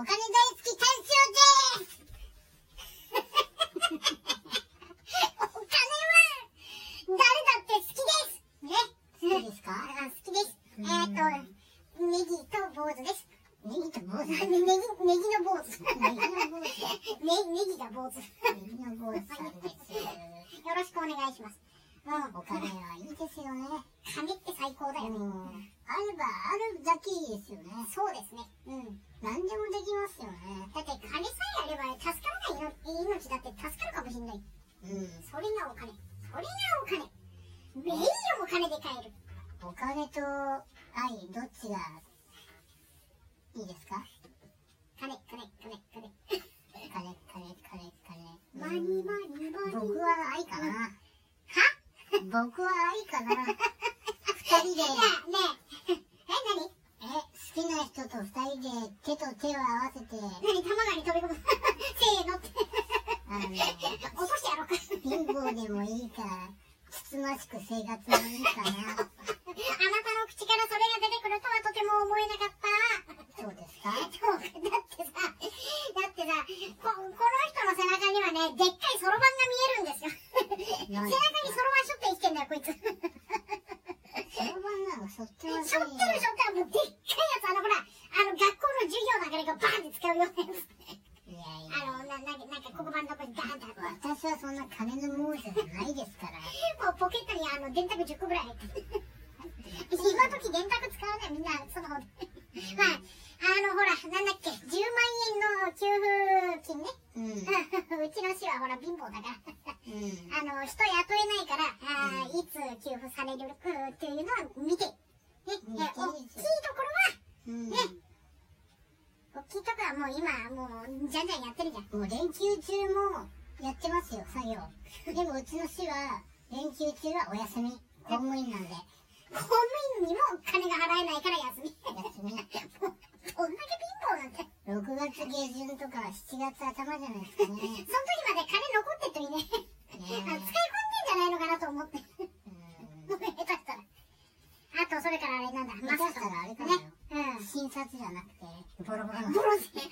お金大好き大将です。お金は誰だって好きです。ね。好きですか？好きです。ネギと坊主です。ネギと坊主？ネギの坊主。ネギが坊主。ネギの坊主さんです。よろしくお願いします。お金はいいですよね。金って最高だよね。あればあるだけいいですよね。そうですね。何でもできますよね。だって金さえあれば助からない命だって助かるかもしれない。それがお金。それがお金。名誉も金で買える。お金と愛、どっちがいいですか？金。マニマニ。僕は愛かな。僕は愛かな。二人で。ねえ。何？好きな人と二人で手と手を合わせて。何？玉川に飛び込む。せーのって。落としてやろうか。貧乏でもいいから、つつましく生活もいいかな。あなたの口からそれが出てくるとはとても思えなかった。そうですか？だってさ、この人の背中にはね、でっかいそろばんが見えるんですよ。背中にそろばんしょって生きてんだよ、こいつ。そろばんなの？しょってます。しょってる。もうでっかいやつ、ほら、学校の授業なんかでバーンって使うようなやつ。なんか黒板のとこにガーンってあって。私はそんな金の亡者じゃないですから。もうポケットに電卓10個ぐらい入ってる。今時電卓使うね、みんな、そのほど。まあ、ほら、なんだっけ、10万円の給付金ね。うちの市はほら、貧乏だから。人雇えないから、いつ給付されるっていうのは見て。大きいところは、大きいとこはもう今、じゃんじゃんやってるじゃん。もう連休中もやってますよ、作業。でもうちの市は、連休中はお休み。公務員なんで。公務員にも金が払えないから休み。もう、どんだけ貧乏なんて。6月下旬とか7月頭じゃないですかね。その時まで金残ってるといいね。使い込んでんじゃないのかなと思って。下手したら。あと、それからあれなんだ。下手したらあれかな。診察じゃなくて、ボロボロの。ボロ線。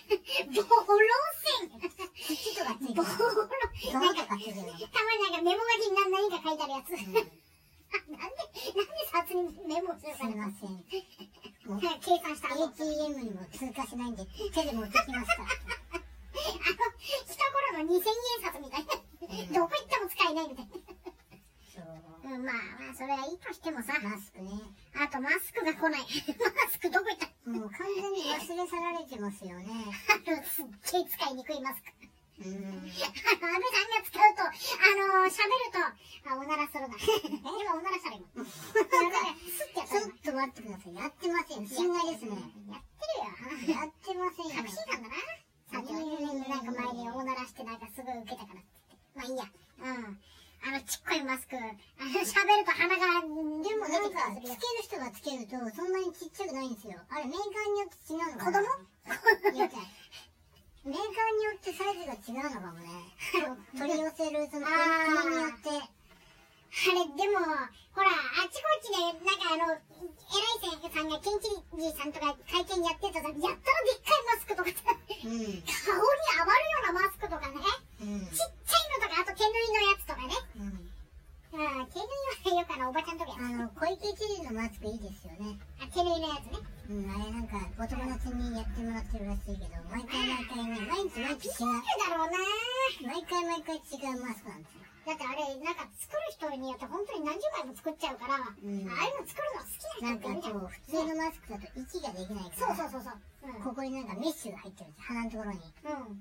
土とかついてる。泥とかついてる。たまにメモ書きに何か書いてあるやつ。なんで札にメモするか。すいません。計算した。ATM にも通過しないんで、手で持ってきました。一頃の2000円札みたいな。どこ行っても使えないみたいな。まあ、それはいいとしてもさ。マスクね。あと、マスクが来ない。マスクどこ行った？もう完全に忘れ去られてますよね。すっげえ使いにくいマスク。安倍さんが使うと、喋ると、おならするな。今おならしたら今。ちょっと待ってください。やってません。心外ですね。やってるよ。やってませんよ。確信犯だな。30年なんか前におならしてなんかすごい受けたからって。まあいいや。ちっこいマスク、喋ると鼻が、でもなんか、つける人がつけると、そんなにちっちゃくないんですよ。あれ、メーカーによって違うのかな？子供？いや、メーカーによってサイズが違うのかもね。取り寄せる、その国によって。あれ、でも、ほら、あっちこっちで、なんか偉い先生さんが、県知事さんとか会見やってたら、やったらでっかいマスクとかさ、顔に余るようなマスクとかね、ちっちゃいのとか、あと手縫いのやつとかね。手縫いはよくおばちゃんとか小池知事のマスクいいですよね。手縫いのやつね。あれなんか、お友達にやってもらってるらしいけど、毎回ね、毎日違う。だろうな。毎回違うマスクなんですよ。だってあれ、なんか作る人によって本当に何十枚も作っちゃうから、ああいうの作るの好きな人っているじゃん。なんか普通のマスクだと息ができないから。そう。ここになんかメッシュが入ってるんですよ、鼻のところに。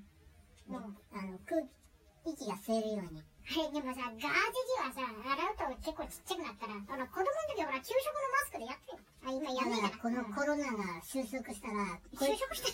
息が吸えるように。でもさ、ガーゼジはさ、洗うと結構ちっちゃくなったら、子供の時ほら、給食のマスクでやってる。今やめたら。このコロナが収束したら、小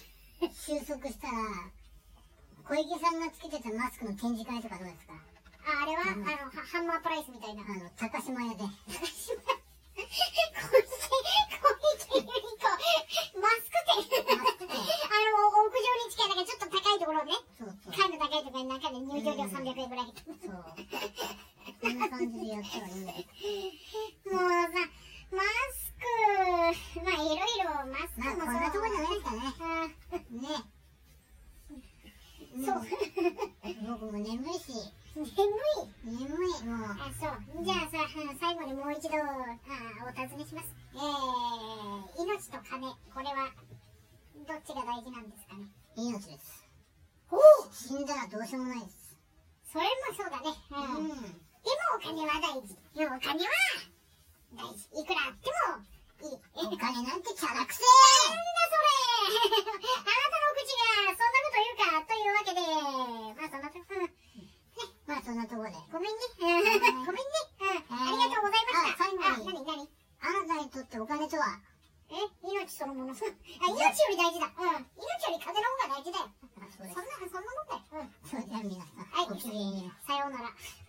池さんがつけてたマスクの展示会とかどうですか？あれはハンマープライスみたいな。高島屋で。高島屋。小池百合子、マスク店。屋上に近いなんかちょっと高いところね。階の高いところに中で入場料300円ぐらい。そう。こんな感じでやったらいいんだよ。もうさ、マスク、まあいろいろマスクもそう。まあこんなとこじゃないですかね。ね。 もう眠いし。眠い、もう。あ、そう。じゃあさ、最後にもう一度、お尋ねします。命と金、これは、どっちが大事なんですかね。命です。おお、死んだらどうしようもないです。それもそうだね。でもお金は大事。お金は大事。いくらあってもいい。お金なんてチャラくせー。なんだそれ。あなたの口がそんなこと言うかというわけで、まあそんなとこ、まあそんなところで。ごめんね。ごめんね。ありがとうございました。最後に。何あなたにとってお金とは命そのもの。命より大事だ。命より金の方が大事だよ。そんなもんだよ。それじゃあ皆さん、ごきげんよう。さようなら。